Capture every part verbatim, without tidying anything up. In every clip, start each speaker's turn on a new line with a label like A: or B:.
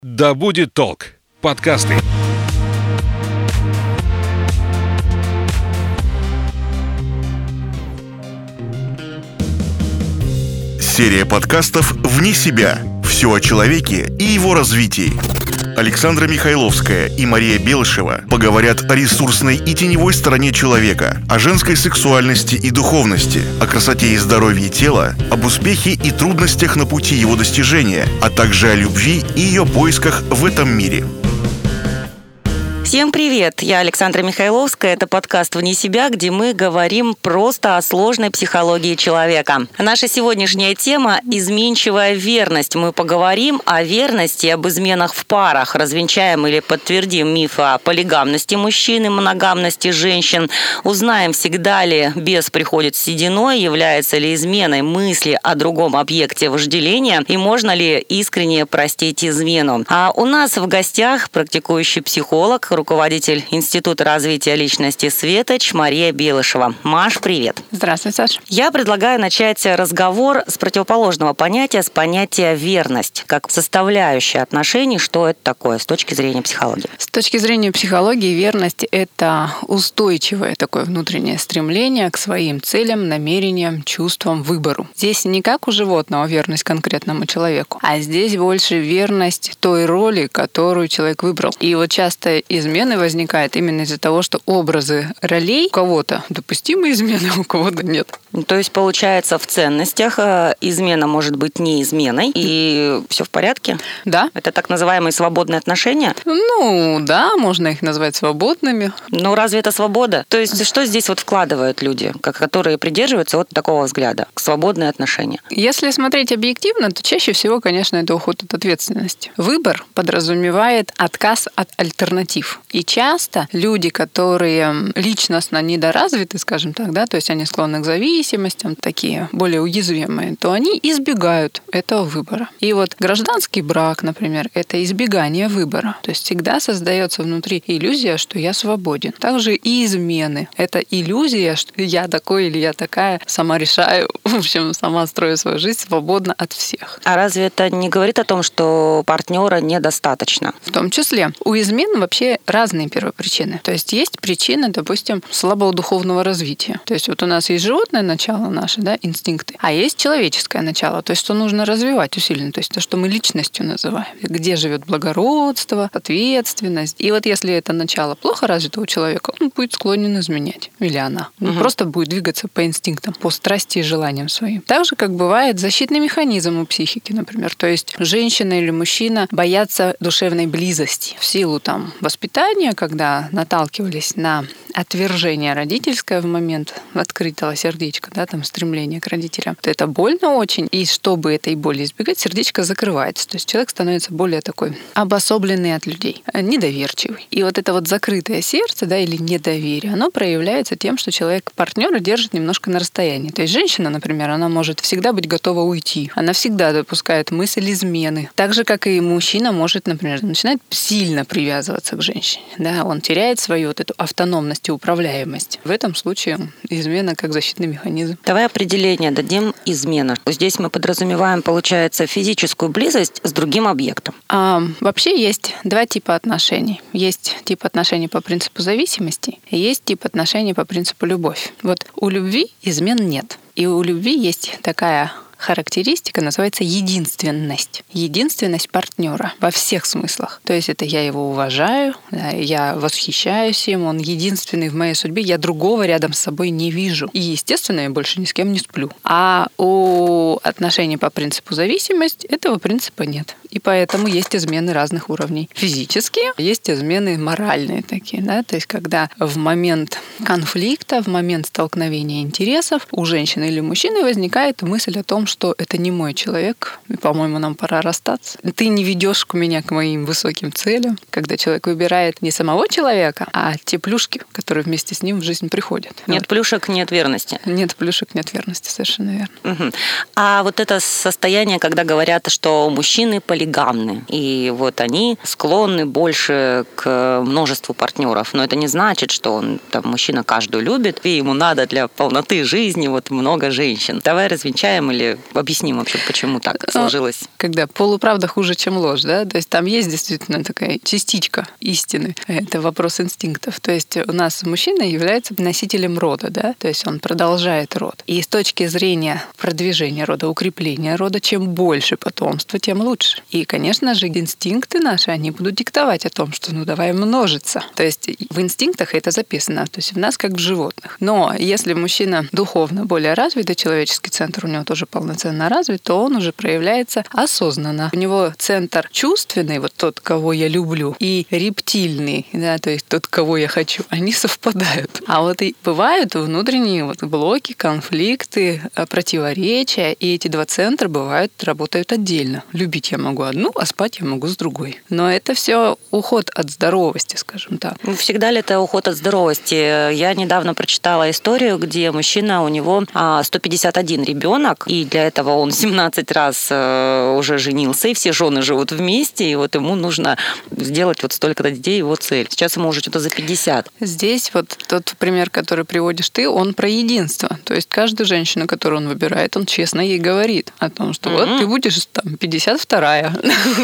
A: Да будет толк. Подкасты.
B: Серия подкастов «Вне себя». Все о человеке и его развитии. Александра Михайловская и Мария Белышева поговорят о ресурсной и теневой стороне человека, о женской сексуальности и духовности, о красоте и здоровье тела, об успехе и трудностях на пути его достижения, а также о любви и ее поисках в этом мире.
C: Всем привет! Я Александра Михайловская. Это подкаст «Вне себя», где мы говорим просто о сложной психологии человека. Наша сегодняшняя тема – изменчивая верность. Мы поговорим о верности, об изменах в парах, развенчаем или подтвердим мифы о полигамности мужчин и моногамности женщин, узнаем, всегда ли бес приходит с сединой, является ли изменой мысли о другом объекте вожделения и можно ли искренне простить измену. А у нас в гостях практикующий психолог, руководитель Института развития личности «Светоч» Мария Белышева. Маш, привет.
D: Здравствуй, Саш.
C: Я предлагаю начать разговор с противоположного понятия, с понятия «верность», как составляющая отношений. Что это такое с точки зрения психологии?
D: С точки зрения психологии верность – это устойчивое такое внутреннее стремление к своим целям, намерениям, чувствам, выбору. Здесь не как у животного верность конкретному человеку, а здесь больше верность той роли, которую человек выбрал. И вот часто измены возникают именно из-за того, что образы ролей у кого-то допустимы измены, а у кого-то нет.
C: То есть, получается, в ценностях измена может быть не изменой, и все в порядке?
D: Да.
C: Это так называемые свободные отношения?
D: Ну, да, можно их назвать свободными.
C: Но разве это свобода? То есть, что здесь вот вкладывают люди, которые придерживаются вот такого взгляда, к свободные отношения?
D: Если смотреть объективно, то чаще всего, конечно, это уход от ответственности. Выбор подразумевает отказ от альтернатив. И часто люди, которые личностно недоразвиты, скажем так, да, то есть они склонны к зависимостям, такие более уязвимые, то они избегают этого выбора. И вот гражданский брак, например, это избегание выбора. То есть всегда создается внутри иллюзия, что я свободен. Также и измены. Это иллюзия, что я такой или я такая, сама решаю, в общем, сама строю свою жизнь свободно от всех.
C: А разве это не говорит о том, что партнера недостаточно?
D: В том числе. У измен вообще разные первопричины. То есть есть причины, допустим, слабого духовного развития. То есть вот у нас есть животное начало наше, да, инстинкты, а есть человеческое начало, то есть что нужно развивать усиленно, то есть то, что мы личностью называем. Где живет благородство, ответственность. И вот если это начало плохо развито у человека, он будет склонен изменять. Или она. Он угу. просто будет двигаться по инстинктам, по страсти и желаниям своим. Так же, как бывает защитный механизм у психики, например. То есть женщина или мужчина боятся душевной близости в силу там воспитания, когда наталкивались на отвержение родительское в момент открытого сердечка, да, там стремление к родителям. Это больно очень, и чтобы этой боли избегать, сердечко закрывается. То есть человек становится более такой обособленный от людей, недоверчивый. И вот это вот закрытое сердце, да, или недоверие, оно проявляется тем, что человек партнера держит немножко на расстоянии. То есть женщина, например, она может всегда быть готова уйти. Она всегда допускает мысль измены. Так же, как и мужчина может, например, начинать сильно привязываться к женщине. Да, он теряет свою вот эту автономность и управляемость. В этом случае измена как защитный механизм.
C: Давай определение дадим измена. Здесь мы подразумеваем, получается, физическую близость с другим объектом.
D: А, вообще есть два типа отношений. Есть тип отношений по принципу зависимости, и есть тип отношений по принципу любовь. Вот у любви измен нет. И у любви есть такая характеристика, называется единственность. Единственность партнера во всех смыслах. То есть это я его уважаю, я восхищаюсь им, он единственный в моей судьбе, я другого рядом с собой не вижу. И, естественно, я больше ни с кем не сплю. А у отношений по принципу зависимости этого принципа нет. И поэтому есть измены разных уровней. Физические, есть измены моральные такие, да, то есть когда в момент конфликта, в момент столкновения интересов у женщины или мужчины возникает мысль о том, что это не мой человек, и, по-моему, нам пора расстаться. Ты не ведешь меня к моим высоким целям, когда человек выбирает не самого человека, а те плюшки, которые вместе с ним в жизнь приходят.
C: Нет
D: вот.
C: плюшек, нет верности.
D: Нет плюшек, нет верности, совершенно верно.
C: Угу. А вот это состояние, когда говорят, что мужчины полигамны, полигамны. И вот они склонны больше к множеству партнеров. Но это не значит, что он, там, мужчина каждую любит, и ему надо для полноты жизни вот много женщин. Давай развенчаем или объясним вообще, почему так сложилось.
D: Когда полуправда хуже, чем ложь, да? То есть там есть действительно такая частичка истины. Это вопрос инстинктов. То есть у нас мужчина является носителем рода, да? То есть он продолжает род. И с точки зрения продвижения рода, укрепления рода, чем больше потомства, тем лучше. И, конечно же, инстинкты наши, они будут диктовать о том, что ну давай множиться. То есть в инстинктах это записано, то есть в нас как в животных. Но если мужчина духовно более развитый, человеческий центр у него тоже полноценно развит, то он уже проявляется осознанно. У него центр чувственный, вот тот, кого я люблю, и рептильный, да, то есть тот, кого я хочу, они совпадают. А вот и бывают внутренние вот блоки, конфликты, противоречия, и эти два центра бывают, работают отдельно. Любить я могу одну, а спать я могу с другой. Но это все уход от здоровости, скажем так.
C: Всегда ли это уход от здоровости? Я недавно прочитала историю, где мужчина, у него сто пятьдесят один ребенок, и для этого он семнадцать раз уже женился, и все жены живут вместе, и вот ему нужно сделать вот столько-то детей, его цель. Сейчас ему уже что-то за пятьдесят.
D: Здесь вот тот пример, который приводишь ты, он про единство. То есть каждую женщину, которую он выбирает, он честно ей говорит о том, что mm-hmm. вот ты будешь там пятьдесят вторая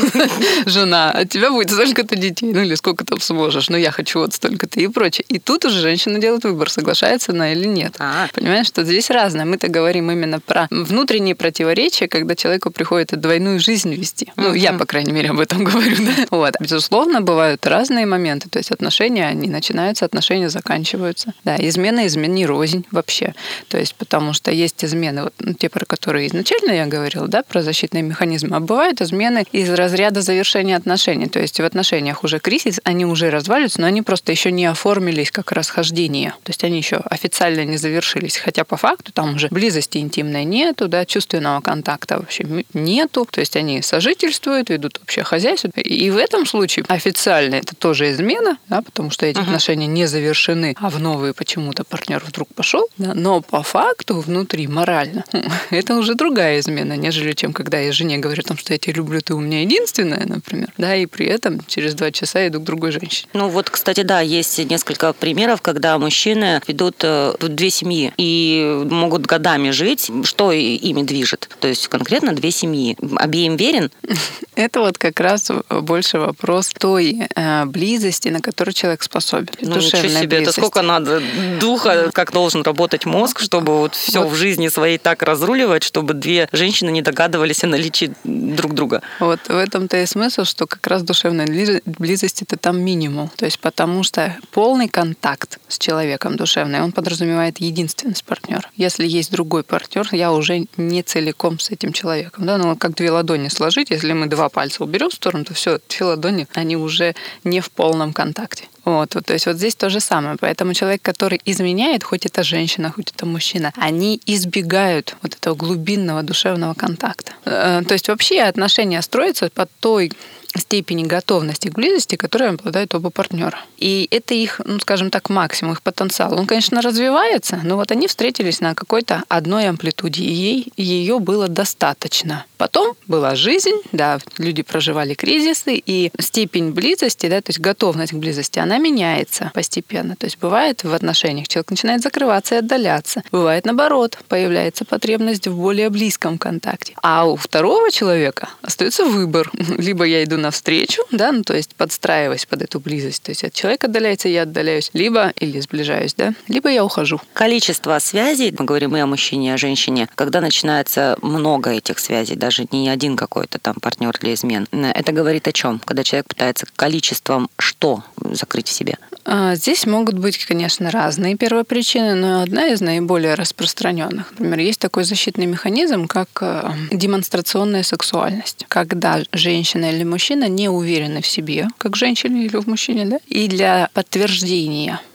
D: жена, от тебя будет столько-то детей, ну или сколько там сможешь, но я хочу вот столько-то и прочее. И тут уже женщина делает выбор, соглашается она или нет. А. Понимаешь, что здесь разное. Мы-то говорим именно про внутренние противоречия, когда человеку приходится двойную жизнь вести. Ну, mm-hmm. я, по крайней мере, об этом говорю. Да? Вот. Безусловно, бывают разные моменты. То есть отношения, они начинаются, отношения заканчиваются. Да, измена, измен не рознь вообще. То есть потому что есть измены, вот, ну, те, про которые изначально я говорила, да, про защитные механизмы, а бывают измены из разряда завершения отношений. То есть в отношениях уже кризис, они уже разваливаются, но они просто еще не оформились как расхождение. То есть они еще официально не завершились. Хотя по факту там уже близости интимной нету, да, чувственного контакта вообще нету. То есть они сожительствуют, ведут общее хозяйство. И в этом случае официально это тоже измена, да, потому что эти uh-huh. отношения не завершены, а в новые почему-то партнер вдруг пошел. Да, но по факту внутри морально это уже другая измена, нежели чем когда я жене говорю о том, что я тебя люблю, ты у меня единственная, например. Да, и при этом через два часа иду к другой женщине.
C: Ну вот, кстати, да, есть несколько примеров, когда мужчины ведут две семьи и могут годами жить. Что ими движет? То есть конкретно две семьи. Обеим верен?
D: Это вот как раз больше вопрос той э, близости, на которую человек способен.
C: Ну, ничего себе, близость. Это сколько надо духа, как должен работать мозг, чтобы вот все вот. В жизни своей так разруливать, чтобы две женщины не догадывались о наличии друг друга.
D: Вот в этом-то и смысл, что как раз душевная близость — это там минимум. То есть потому что полный контакт с человеком душевный, он подразумевает единственность партнера. Если есть другой партнер, я уже не целиком с этим человеком. Да? Ну, как две ладони сложить, если мы два пальца уберем в сторону, то все, две ладони, они уже не в полном контакте. Вот, вот, то есть вот здесь то же самое. Поэтому человек, который изменяет, хоть это женщина, хоть это мужчина, они избегают вот этого глубинного душевного контакта. То есть вообще отношения строятся по той степени готовности к близости, которой обладают оба партнера. И это их, ну, скажем так, максимум, их потенциал. Он, конечно, развивается, но вот они встретились на какой-то одной амплитуде, и ей ее было достаточно. Потом была жизнь, да, люди проживали кризисы, и степень близости, да, то есть готовность к близости, она меняется постепенно. То есть бывает в отношениях человек начинает закрываться и отдаляться. Бывает наоборот, появляется потребность в более близком контакте. А у второго человека остается выбор. Либо я иду навстречу, да, ну, то есть подстраиваясь под эту близость. То есть от человека отдаляется, я отдаляюсь, либо или сближаюсь, да, либо я ухожу.
C: Количество связей, мы говорим и о мужчине, и о женщине, когда начинается много этих связей, даже не один какой-то там партнер для измен, это говорит о чем? Когда человек пытается количеством что закрыть в себе?
D: Здесь могут быть, конечно, разные первопричины, но одна из наиболее распространенных. Например, есть такой защитный механизм, как демонстрационная сексуальность. Когда женщина или мужчина не уверены в себе, как женщина или в мужчине, да, и для подтверждения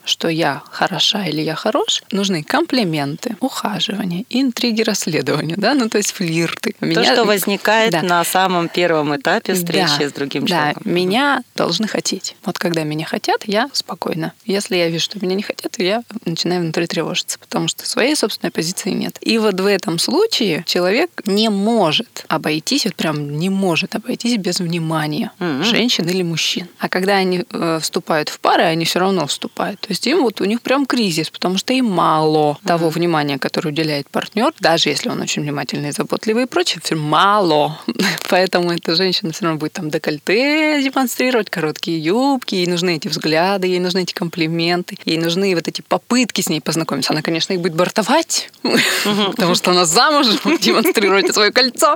D: что я хороша или я хорош, нужны комплименты, ухаживание, интриги, расследования, да, ну то есть флирты.
C: То,
D: Меня...
C: что возникает
D: да.
C: на самом первом этапе встречи
D: да,
C: с другим
D: да,
C: человеком.
D: Меня должны хотеть. Вот когда меня хотят, я спокойна. Если я вижу, что меня не хотят, то я начинаю внутри тревожиться, потому что своей собственной позиции нет. И вот в этом случае человек не может обойтись, вот прям не может обойтись без внимания mm-hmm. женщин или мужчин. А когда они э, вступают в пары, они все равно вступают. То есть им вот у них прям кризис, потому что им мало mm-hmm. того внимания, которое уделяет партнер, даже если он очень внимательный, заботливый и прочее, все мало. Поэтому эта женщина все равно будет там декольте демонстрировать, короткие юбки, ей нужны эти взгляды, ей нужны эти комплименты, ей нужны вот эти попытки с ней познакомиться. Она, конечно, их будет бортовать, потому что она замужем, демонстрирует свое кольцо.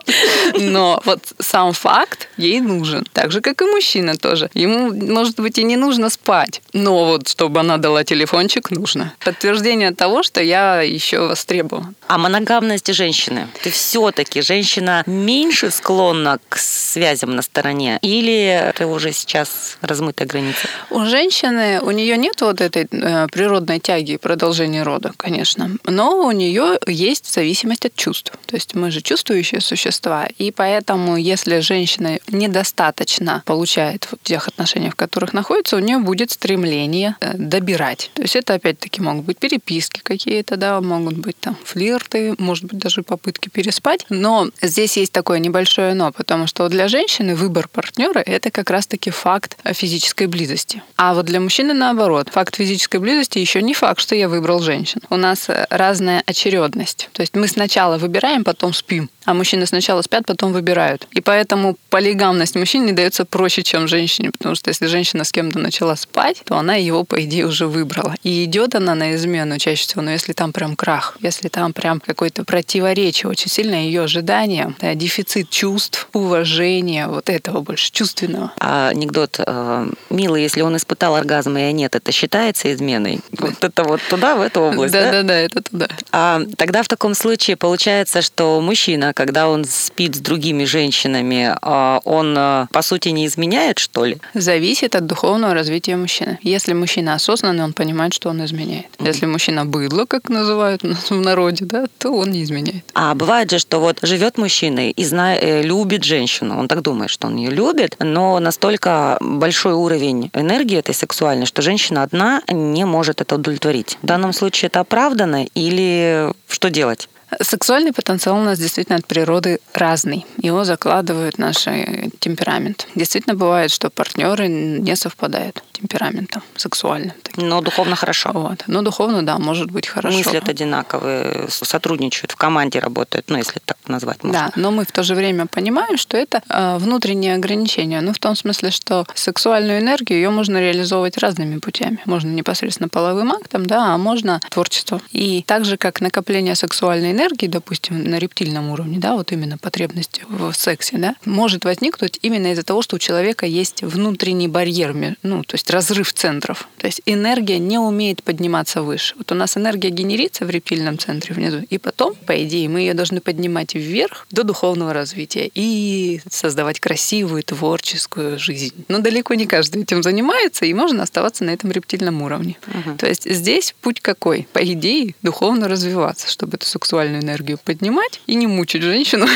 D: Но вот сам факт ей нужен. Так же, как и мужчина тоже. Ему, может быть, и не нужно спать, но вот чтобы она дала телефончик, нужно. Подтверждение того, что я еще востребована.
C: А моногамность женщины? Ты все-таки женщина меньше склонна к связям на стороне? Или ты уже сейчас размытая граница?
D: У женщины, у нее нет вот этой э, природной тяги и продолжения рода, конечно. Но у нее есть зависимость от чувств. То есть мы же чувствующие существа. И поэтому, если женщина недостаточно получает в тех отношениях, в которых находится, у нее будет стремление э, добирать. То есть это опять-таки могут быть переписки какие-то, да, могут быть там флирты, может быть даже попытки переспать. Но здесь есть такое небольшое но, потому что для женщины выбор партнера это как раз-таки факт физической близости. А вот для мужчины наоборот. Факт физической близости еще не факт, что я выбрал женщину. У нас разная очередность. То есть мы сначала выбираем, потом спим. А мужчины сначала спят, потом выбирают. И поэтому полигамность мужчине дается проще, чем женщине. Потому что если женщина с кем-то начала спать, то она его, по идее, уже выбрала. И идет она на измену чаще всего, но если там прям крах, если там прям какое-то противоречие, очень сильное ее ожидание, да, дефицит чувств, уважения, вот этого больше, чувственного.
C: А анекдот. Милый, если он испытал оргазм, и я нет, это считается изменой? Вот это вот туда, в эту область, да?
D: Да-да-да, это туда.
C: А тогда в таком случае получается, что мужчина, когда он спит с другими женщинами, он, по сути, не изменяет, что ли?
D: Зависит от духовного развития мужчины. Если мужчина осознанный, он понимает, что он изменяет. Mm-hmm. Если мужчина быдло, как называют в народе, да, то он не изменяет.
C: А бывает же, что вот живет мужчина и знает, любит женщину. Он так думает, что он ее любит, но настолько большой уровень энергии этой сексуальной, что женщина одна не может это удовлетворить. В данном случае это оправдано или что делать?
D: Сексуальный потенциал у нас действительно от природы разный. Его закладывает наш темперамент. Действительно бывает, что партнеры не совпадают темпераментом сексуальным.
C: Но духовно хорошо.
D: Вот. Но духовно, да, может быть хорошо.
C: Мыслят одинаковые, сотрудничают, в команде работают, ну, если так назвать можно.
D: Да, но мы в то же время понимаем, что это внутреннее ограничение. Ну, в том смысле, что сексуальную энергию ее можно реализовывать разными путями. Можно непосредственно половым актом, да, а можно творчеством. И так же, как накопление сексуальной энергии, допустим, на рептильном уровне, да, вот именно потребности в сексе, да, может возникнуть именно из-за того, что у человека есть внутренний барьер, ну, то есть разрыв центров. То есть энергия не умеет подниматься выше. Вот у нас энергия генерится в рептильном центре внизу, и потом, по идее, мы ее должны поднимать вверх до духовного развития и создавать красивую, творческую жизнь. Но далеко не каждый этим занимается, и можно оставаться на этом рептильном уровне. Угу. То есть здесь путь какой? По идее, духовно развиваться, чтобы эту сексуальную энергию поднимать и не мучить женщину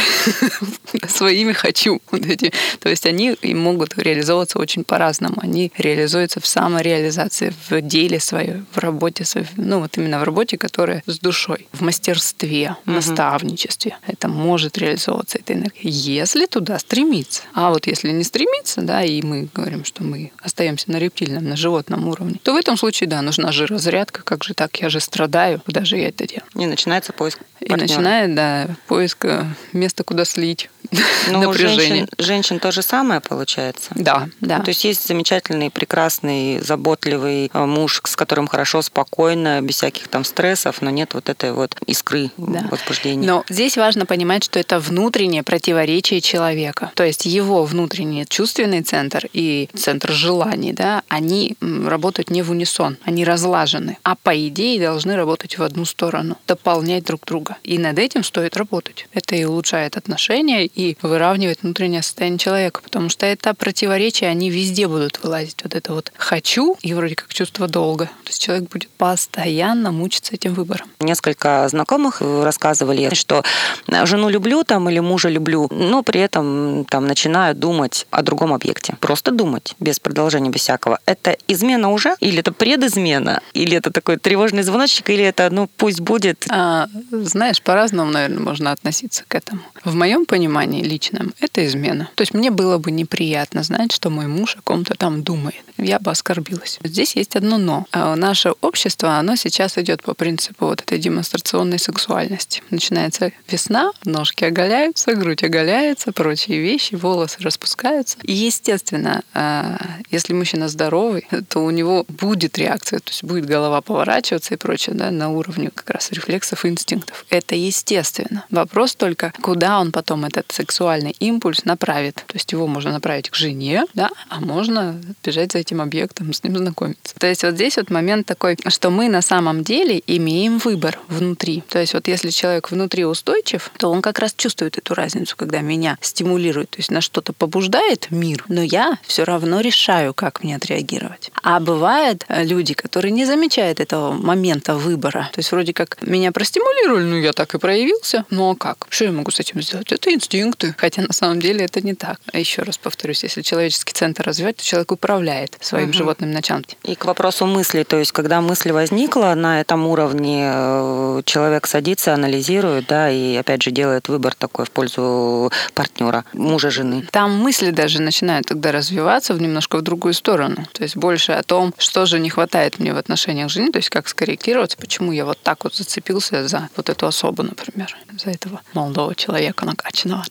D: своими «хочу». То есть они могут реализовываться очень по-разному. Они реализуются в самореализации, в деле своей, в работе своей, ну вот именно в работе, которая с душой, в мастерстве, в наставничестве. Это может реализовываться, эта энергия, если туда стремиться. А вот если не стремиться, да, и мы говорим, что мы остаемся на рептильном, на животном уровне, то в этом случае, да, нужна же разрядка, как же так, я же страдаю, куда же я это делаю?
C: И начинается поиск партнера.
D: И начинает, да, поиск места, куда слить.
C: Но у женщин, женщин то же самое получается.
D: Да, да.
C: То есть есть замечательный, прекрасный, заботливый муж, с которым хорошо, спокойно, без всяких там стрессов, но нет вот этой вот искры, да, возбуждения.
D: Но здесь важно понимать, что это внутреннее противоречие человека. То есть его внутренний чувственный центр и центр желаний, да, они работают не в унисон, они разлажены. А по идее должны работать в одну сторону, дополнять друг друга. И над этим стоит работать. Это и улучшает отношения, и выравнивать внутреннее состояние человека, потому что это противоречия, они везде будут вылазить. Вот это вот «хочу» и вроде как чувство долга. То есть человек будет постоянно мучиться этим выбором.
C: Несколько знакомых рассказывали, что жену люблю там или мужа люблю, но при этом там начинают думать о другом объекте. Просто думать, без продолжения, без всякого. Это измена уже? Или это предизмена? Или это такой тревожный звоночек? Или это, ну, пусть будет?
D: А, знаешь, по-разному, наверное, можно относиться к этому. В моем понимании личном это измена. То есть мне было бы неприятно знать, что мой муж о ком-то там думает. Я бы оскорбилась. Здесь есть одно «но». А наше общество, оно сейчас идет по принципу вот этой демонстрационной сексуальности. Начинается весна, ножки оголяются, грудь оголяется, прочие вещи, волосы распускаются. И, естественно, если мужчина здоровый, то у него будет реакция, то есть будет голова поворачиваться и прочее, да, на уровне как раз рефлексов и инстинктов. Это естественно. Вопрос только, куда он потом этот сексуальный импульс направит. То есть его можно направить к жене, да, а можно бежать за этим объектом, с ним знакомиться. То есть вот здесь вот момент такой, что мы на самом деле имеем выбор внутри. То есть вот если человек внутри устойчив, то он как раз чувствует эту разницу, когда меня стимулирует, то есть на что-то побуждает мир, но я все равно решаю, как мне отреагировать. А бывают люди, которые не замечают этого момента выбора. То есть вроде как меня простимулировали, ну я так и проявился. Ну а как? Что я могу с этим сделать? Это инстинкты. Хотя на самом деле это не так. А еще раз повторюсь, если человеческий центр развивать, то человек управляет своим угу. животным началом.
C: И к вопросу мысли, то есть когда мысль возникла, на этом уровне человек садится, анализирует, да, и опять же делает выбор такой в пользу партнера, мужа, жены.
D: Там мысли даже начинают тогда развиваться в немножко в другую сторону. То есть больше о том, что же не хватает мне в отношениях с женой, то есть как скорректироваться, почему я вот так вот зацепился за вот эту особу, например, за этого молодого человека накачанного.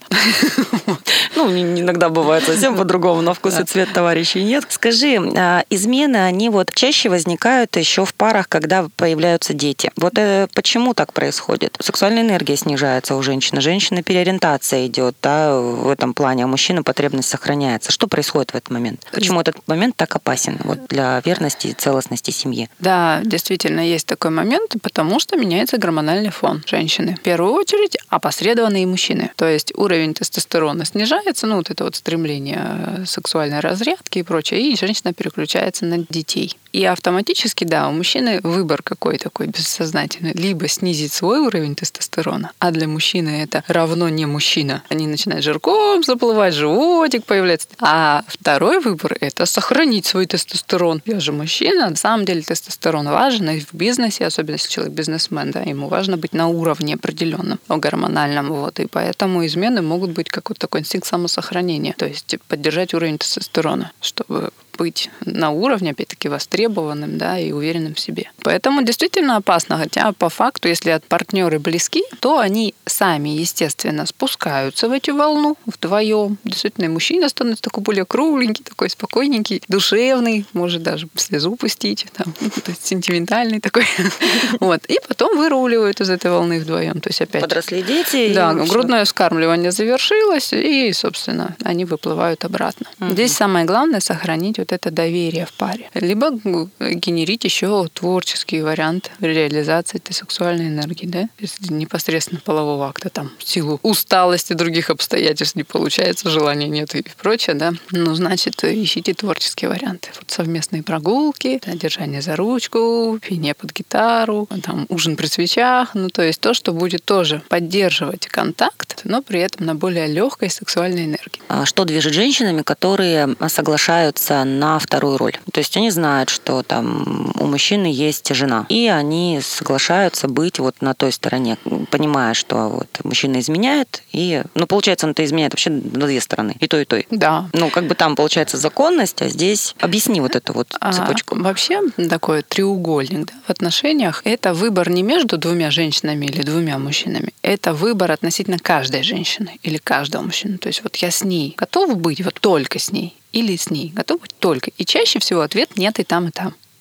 C: Ну, иногда бывает совсем по-другому, но вкус и цвет товарищей нет. Скажи, измены, они вот чаще возникают еще в парах, когда появляются дети. Вот почему так происходит? Сексуальная энергия снижается у женщины, женщины переориентация идет, да, в этом плане, а мужчина потребность сохраняется. Что происходит в этот момент? Почему этот момент так опасен вот, для верности и целостности семьи?
D: Да, действительно, есть такой момент, потому что меняется гормональный фон женщины. В первую очередь опосредованно и мужчины. То есть уровень тестостерона снижается, ну вот это вот стремление сексуальной разрядки и прочее, и женщина переключается на детей. И автоматически, да, у мужчины выбор какой такой бессознательный. Либо снизить свой уровень тестостерона, а для мужчины это равно не мужчина. Они начинают жирком заплывать, животик появляется. А второй выбор – это сохранить свой тестостерон. Я же мужчина. На самом деле тестостерон важен, и в бизнесе, особенно если человек бизнесмен, да, ему важно быть на уровне определенном, гормональном. Вот, и поэтому измены могут быть как вот такой инстинкт самосохранения. То есть поддержать уровень тестостерона, чтобы быть на уровне, опять-таки, востребованным, да, и уверенным в себе. Поэтому действительно опасно, хотя по факту, если от партнеры близки, то они сами, естественно, спускаются в эту волну вдвоем. Действительно, и мужчина становится такой более кругленький, такой спокойненький, душевный, может даже слезу пустить, там, то есть сентиментальный такой. Вот. И потом выруливают из этой волны вдвоем. То есть опять...
C: Подросли дети.
D: Да, грудное вскармливание завершилось, и, собственно, они выплывают обратно. Угу. Здесь самое главное — сохранить вот это доверие в паре. Либо генерить еще творческий вариант реализации этой сексуальной энергии, да? Если непосредственно полового акта, там, в силу усталости, других обстоятельств не получается, желания нет и прочее, да? Ну, значит, ищите творческие варианты. Вот совместные прогулки, да, держание за ручку, пение под гитару, там, ужин при свечах, ну, то есть то, что будет тоже поддерживать контакт, но при этом на более легкой сексуальной энергии.
C: А что движет женщинами, которые соглашаются на вторую роль? То есть они знают, что там у мужчины есть жена, и они соглашаются быть вот на той стороне, понимая, что вот мужчина изменяет, и, ну, получается, он-то изменяет вообще на две стороны, и то, и то.
D: Да.
C: Ну, как бы там получается законность, а здесь объясни вот эту вот цепочку.
D: А, вообще такой треугольник, да, в отношениях — это выбор не между двумя женщинами или двумя мужчинами, это выбор относительно каждой женщины или каждого мужчины. То есть вот я с ней готова быть, вот только с ней, или с ней готов быть только. И чаще всего ответ нет и там, и там.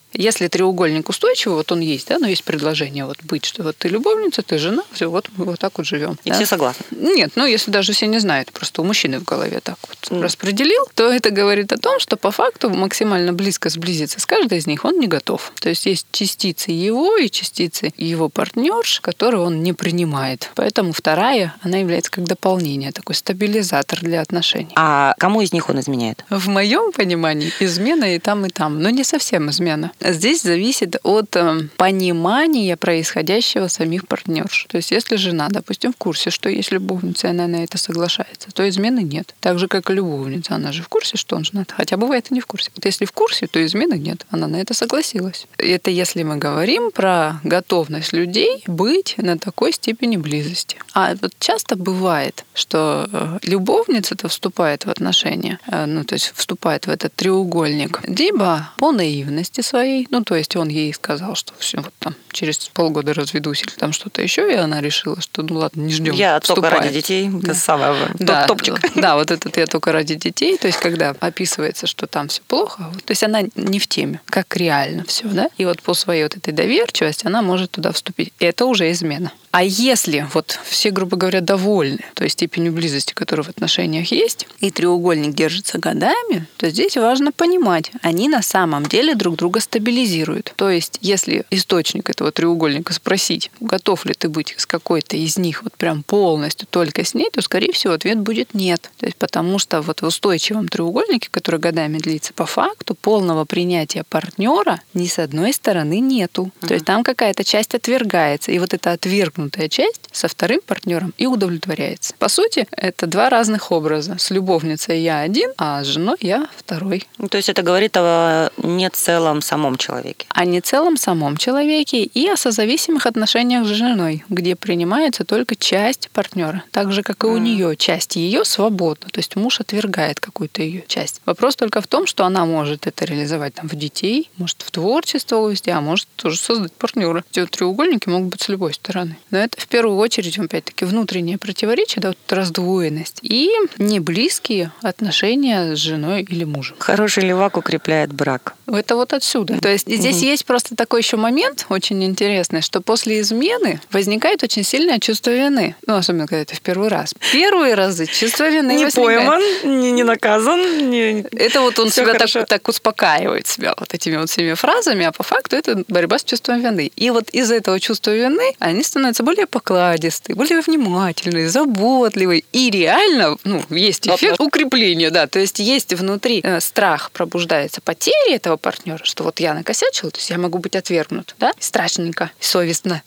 D: Если треугольник устойчивый, вот он есть, да, но есть предложение вот быть, что вот ты любовница, ты жена, все, вот мы вот так вот живем.
C: И
D: да?
C: все согласны?
D: Нет, ну если даже все не знают, просто у мужчины в голове так вот mm. распределил, то это говорит о том, что по факту максимально близко сблизиться с каждой из них он не готов. То есть есть частицы его и частицы его партнерш, которые он не принимает. Поэтому вторая, она является как дополнение, такой стабилизатор для отношений.
C: А кому из них он изменяет?
D: В моем понимании измена и там, и там, но не совсем измена. Здесь зависит от э, понимания происходящего самих партнерш. То есть если жена, допустим, в курсе, что есть любовница, и она на это соглашается, то измены нет. Так же, как и любовница, она же в курсе, что он женат. Хотя бывает и не в курсе. Вот если в курсе, то измены нет. Она на это согласилась. Это если мы говорим про готовность людей быть на такой степени близости. А вот часто бывает, что любовница-то вступает в отношения, ну, то есть вступает в этот треугольник, либо по наивности своей, ну, то есть он ей сказал, что все, вот там через полгода разведусь или там что-то еще, и она решила, что ну ладно, не ждем.
C: Я
D: вступает.
C: Только ради детей,
D: да.
C: это самое
D: да,
C: топ-топчик.
D: Да, вот этот я только ради детей, то есть когда описывается, что там все плохо, вот, то есть она не в теме, как реально все, да, и вот по своей вот этой доверчивости она может туда вступить. И это уже измена. А если вот все, грубо говоря, довольны той степенью близости, которая в отношениях есть, и треугольник держится годами, то здесь важно понимать, они на самом деле друг друга стабилизируют. То есть если источник этого треугольника спросить, готов ли ты быть с какой-то из них вот прям полностью только с ней, то, скорее всего, ответ будет нет. То есть потому что вот в устойчивом треугольнике, который годами длится, по факту полного принятия партнера ни с одной стороны нету. Uh-huh. То есть там какая-то часть отвергается, и вот эта отвергнутая часть со вторым партнером и удовлетворяется. По сути, это два разных образа. С любовницей я один, а с женой я второй.
C: То есть это говорит о не целом самом человеке.
D: О не целом самом человеке и о созависимых отношениях с женой, где принимается только часть партнера, так же, как и у mm. нее часть ее свободна. То есть муж отвергает какую-то ее часть. Вопрос только в том, что она может это реализовать там, в детей, может в творчество увести, а может тоже создать партнера. Эти вот треугольники могут быть с любой стороны. Но это в первую очередь, опять-таки, внутреннее противоречие, да, вот раздвоенность и неблизкие отношения с женой или мужем.
C: Хороший левак укрепляет брак.
D: Это вот отсюда. То есть здесь угу. есть просто такой еще момент очень интересный, что после измены возникает очень сильное чувство вины. Ну, особенно, когда это в первый раз. Первые разы чувство вины
C: не
D: возникает.
C: пойман, не, не наказан. Не...
D: Это вот он себя так, так успокаивает себя вот этими вот всеми фразами, а по факту это борьба с чувством вины. И вот из этого чувства вины они становятся более покладистые, более внимательные, заботливые. И реально, ну, есть эффект укрепления, да. То есть есть внутри э, страх, пробуждается потери этого партнера, что вот я накосячила, то есть я могу быть отвергнут, да? Страшненько, совестно.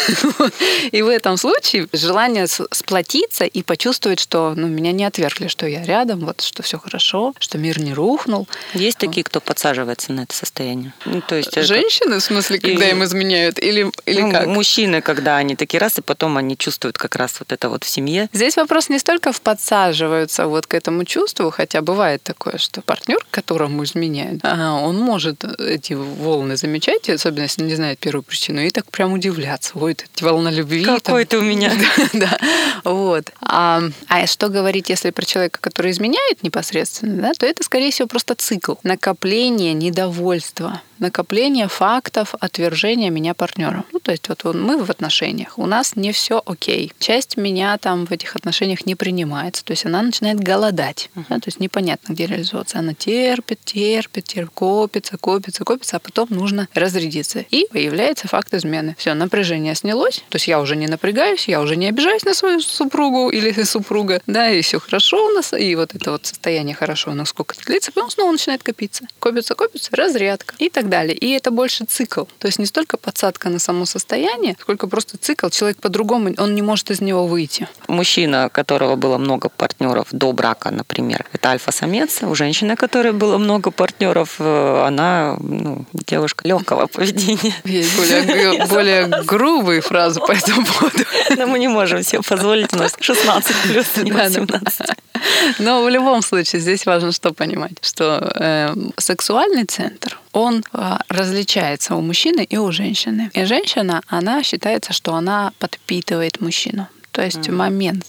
D: И в этом случае желание сплотиться и почувствовать, что ну, меня не отвергли, что я рядом, вот, что все хорошо, что мир не рухнул.
C: Есть такие, кто подсаживается на это состояние? Ну, то есть
D: женщины, это... в смысле, когда и... им изменяют? Или, или
C: ну,
D: как?
C: Мужчины, когда они такие раз, и потом они чувствуют как раз вот это вот в семье.
D: Здесь вопрос не столько в подсаживаются вот к этому чувству, хотя бывает такое, что партнер, которому изменяют, он может эти волны замечать, особенно если не знает первую причину, и так прям удивляться. Ой, это волна любви.
C: Какой ты у меня.
D: Да, вот. А, а что говорить, если про человека, который изменяет непосредственно, да, то это, скорее всего, просто цикл. Накопление недовольства, накопление фактов отвержения меня партнером. Ну, то есть вот мы в отношениях, у нас не все окей. Часть меня там в этих отношениях не принимается, то есть она начинает голодать, uh-huh. да, то есть непонятно, где реализоваться. Она терпит, терпит, терпит, копится, копится, копится, а потом нужно разрядиться. И появляется факт измены. Все, напряжение снялось, то есть я уже не напрягаюсь, я уже не обижаюсь на свою супругу или супруга, да, и все хорошо у нас, и вот это вот состояние хорошо, но сколько это длится, потом снова начинает копиться. Копится, копится, разрядка и так далее. И это больше цикл. То есть не столько подсадка на само состояние, сколько просто цикл. Человек по-другому, он не может из него выйти.
C: Мужчина, у которого было много партнеров до брака, например, это альфа-самец. У женщины, у которой было много партнеров, она ну, девушка легкого поведения.
D: Есть более, более грубые фразы по этому поводу.
C: Но мы не можем себе позволить, у нас шестнадцать плюс, не восемнадцать.
D: Но в любом случае здесь важно что понимать, что э, сексуальный центр, он э, различается у мужчины и у женщины. И женщина, она считается, что она подпитывает мужчину. То есть mm-hmm. момент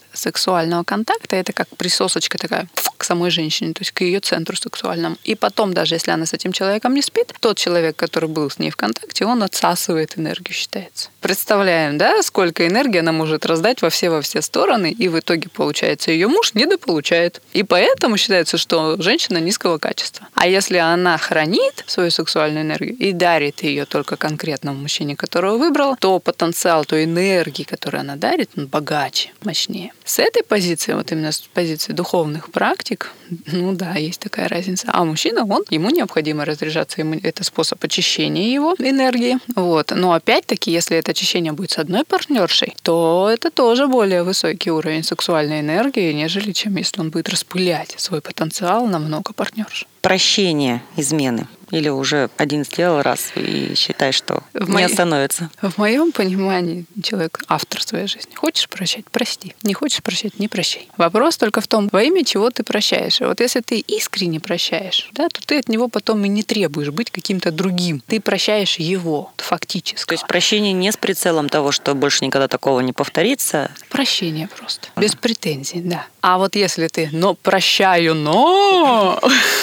D: сексуального контакта, это как присосочка такая к самой женщине, то есть к ее центру сексуальному. И потом, даже если она с этим человеком не спит, тот человек, который был с ней в контакте, он отсасывает энергию, считается. Представляем, да, сколько энергии она может раздать во все во все стороны, и в итоге, получается, ее муж недополучает. И поэтому считается, что женщина низкого качества. А если она хранит свою сексуальную энергию и дарит ее только конкретному мужчине, которого выбрала, то потенциал той энергии, которую она дарит, он богаче, мощнее. С этой позиции, вот именно с позиции духовных практик, ну да, есть такая разница. А мужчина, он, ему необходимо разряжаться, ему это способ очищения его энергии. Вот. Но опять-таки, если это очищение будет с одной партнершей, то это тоже более высокий уровень сексуальной энергии, нежели чем если он будет распылять свой потенциал на много партнерш.
C: Прощение измены. Или уже один сделал раз и считай, что в не моей, остановится?
D: В моем понимании человек автор своей жизни. Хочешь прощать — прости. Не хочешь прощать — не прощай. Вопрос только в том, во имя чего ты прощаешь. И вот если ты искренне прощаешь, да, то ты от него потом и не требуешь быть каким-то другим. Ты прощаешь его фактически.
C: То есть прощение не с прицелом того, что больше никогда такого не повторится?
D: Прощение просто. Без претензий, да. А вот если ты «но прощаю, но...»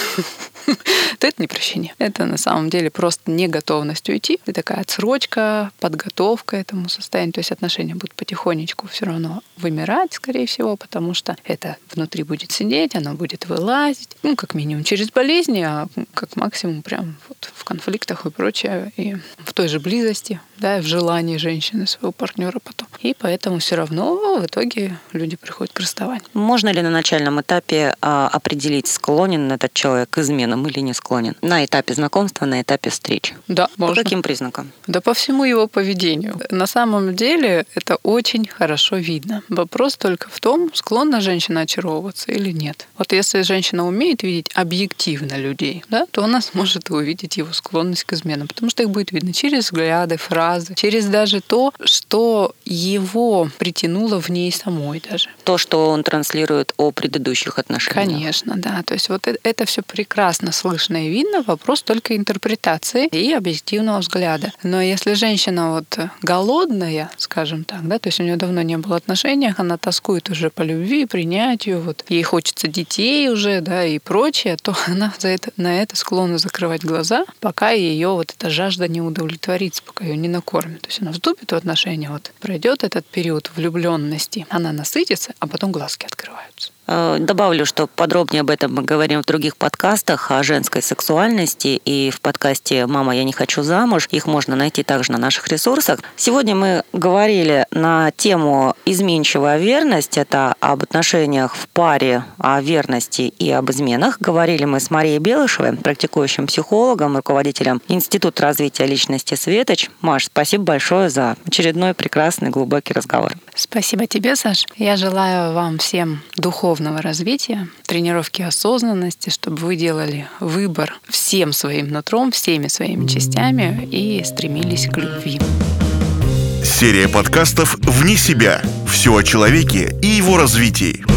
D: то это не прощение. Это на самом деле просто неготовность уйти. И такая отсрочка, подготовка к этому состоянию. То есть отношения будут потихонечку все равно вымирать, скорее всего, потому что это внутри будет сидеть, оно будет вылазить. Ну, как минимум через болезни, а как максимум прям вот в конфликтах и прочее. И в той же близости, да, в желании женщины своего партнера потом. И поэтому все равно в итоге люди приходят к расставанию.
C: Можно ли на начальном этапе а, определить, склонен этот человек к изменам или не склонен? На этапе знакомства, на этапе встречи?
D: Да, можно.
C: По каким признакам?
D: Да по всему его поведению. На самом деле это очень хорошо видно. Вопрос только в том, склонна женщина очаровываться или нет. Вот если женщина умеет видеть объективно людей, да, то она сможет увидеть его склонность к изменам, потому что их будет видно через взгляды, фразы, через даже то, что его притянуло в ней самой даже.
C: То, что он транслирует о предыдущих отношениях.
D: Конечно, да. То есть вот это все прекрасно слышно и видно. Вопрос только интерпретации и объективного взгляда. Но если женщина вот голодная, скажем так, да, то есть у нее давно не было отношений, она тоскует уже по любви, принятию, вот ей хочется детей уже, да, и прочее, то она за это, на это склонна закрывать глаза, пока ее вот эта жажда не удовлетворится, пока ее не накормит. То есть она вступит в отношения, вот пройдет этот период влюбленности, она насытится, а потом глазки открываются.
C: Добавлю, что подробнее об этом мы говорим в других подкастах о женской сексуальности и в подкасте «Мама, я не хочу замуж». Их можно найти также на наших ресурсах. Сегодня мы говорили на тему изменчивая верность. Это об отношениях в паре, о верности и об изменах. Говорили мы с Марией Белышевой, практикующим психологом, руководителем Института развития личности «Светоч». Маш, спасибо большое за очередной прекрасный глубокий разговор.
D: Спасибо тебе, Саш. Я желаю вам всем духовного развития, тренировки осознанности, чтобы вы делали выбор всем своим нутром, всеми своими частями и стремились к любви.
B: Серия подкастов «Вне себя». Все о человеке и его развитии.